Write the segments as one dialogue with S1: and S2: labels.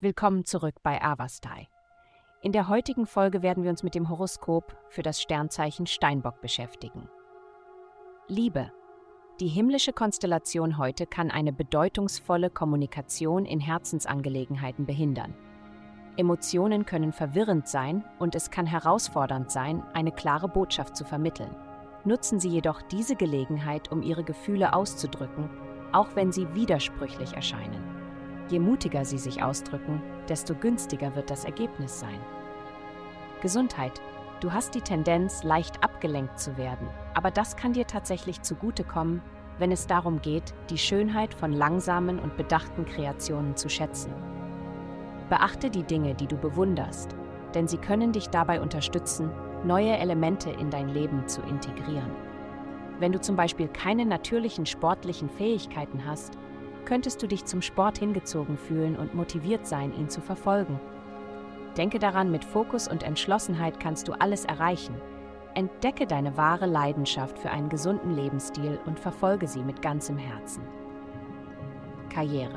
S1: Willkommen zurück bei Avastai. In der heutigen Folge werden wir uns mit dem Horoskop für das Sternzeichen Steinbock beschäftigen. Liebe. Die himmlische Konstellation heute kann eine bedeutungsvolle Kommunikation in Herzensangelegenheiten behindern. Emotionen können verwirrend sein und es kann herausfordernd sein, eine klare Botschaft zu vermitteln. Nutzen Sie jedoch diese Gelegenheit, um Ihre Gefühle auszudrücken, auch wenn sie widersprüchlich erscheinen. Je mutiger Sie sich ausdrücken, desto günstiger wird das Ergebnis sein. Gesundheit. Du hast die Tendenz, leicht abgelenkt zu werden, aber das kann dir tatsächlich zugutekommen, wenn es darum geht, die Schönheit von langsamen und bedachten Kreationen zu schätzen. Beachte die Dinge, die du bewunderst, denn sie können dich dabei unterstützen, neue Elemente in dein Leben zu integrieren. Wenn du zum Beispiel keine natürlichen sportlichen Fähigkeiten hast, könntest du dich zum Sport hingezogen fühlen und motiviert sein, ihn zu verfolgen. Denke daran, mit Fokus und Entschlossenheit kannst du alles erreichen. Entdecke deine wahre Leidenschaft für einen gesunden Lebensstil und verfolge sie mit ganzem Herzen. Karriere.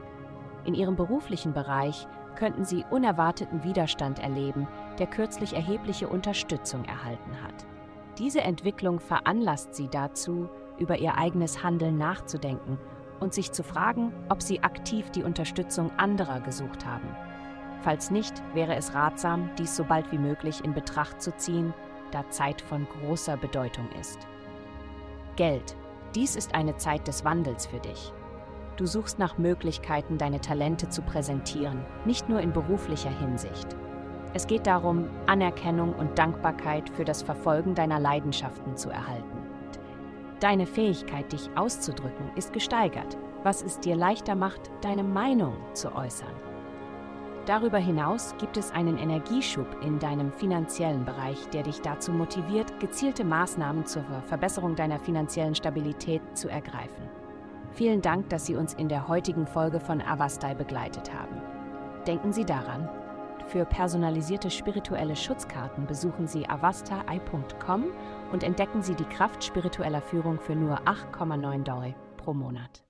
S1: In Ihrem beruflichen Bereich könnten Sie unerwarteten Widerstand erleben, der kürzlich erhebliche Unterstützung erhalten hat. Diese Entwicklung veranlasst Sie dazu, über Ihr eigenes Handeln nachzudenken und sich zu fragen, ob Sie aktiv die Unterstützung anderer gesucht haben. Falls nicht, wäre es ratsam, dies so bald wie möglich in Betracht zu ziehen, da Zeit von großer Bedeutung ist. Geld. Dies ist eine Zeit des Wandels für dich. Du suchst nach Möglichkeiten, deine Talente zu präsentieren, nicht nur in beruflicher Hinsicht. Es geht darum, Anerkennung und Dankbarkeit für das Verfolgen deiner Leidenschaften zu erhalten. Deine Fähigkeit, dich auszudrücken, ist gesteigert, was es dir leichter macht, deine Meinung zu äußern. Darüber hinaus gibt es einen Energieschub in deinem finanziellen Bereich, der dich dazu motiviert, gezielte Maßnahmen zur Verbesserung deiner finanziellen Stabilität zu ergreifen. Vielen Dank, dass Sie uns in der heutigen Folge von Avastai begleitet haben. Denken Sie daran, für personalisierte spirituelle Schutzkarten besuchen Sie avastai.com und entdecken Sie die Kraft spiritueller Führung für nur $8,9 pro Monat.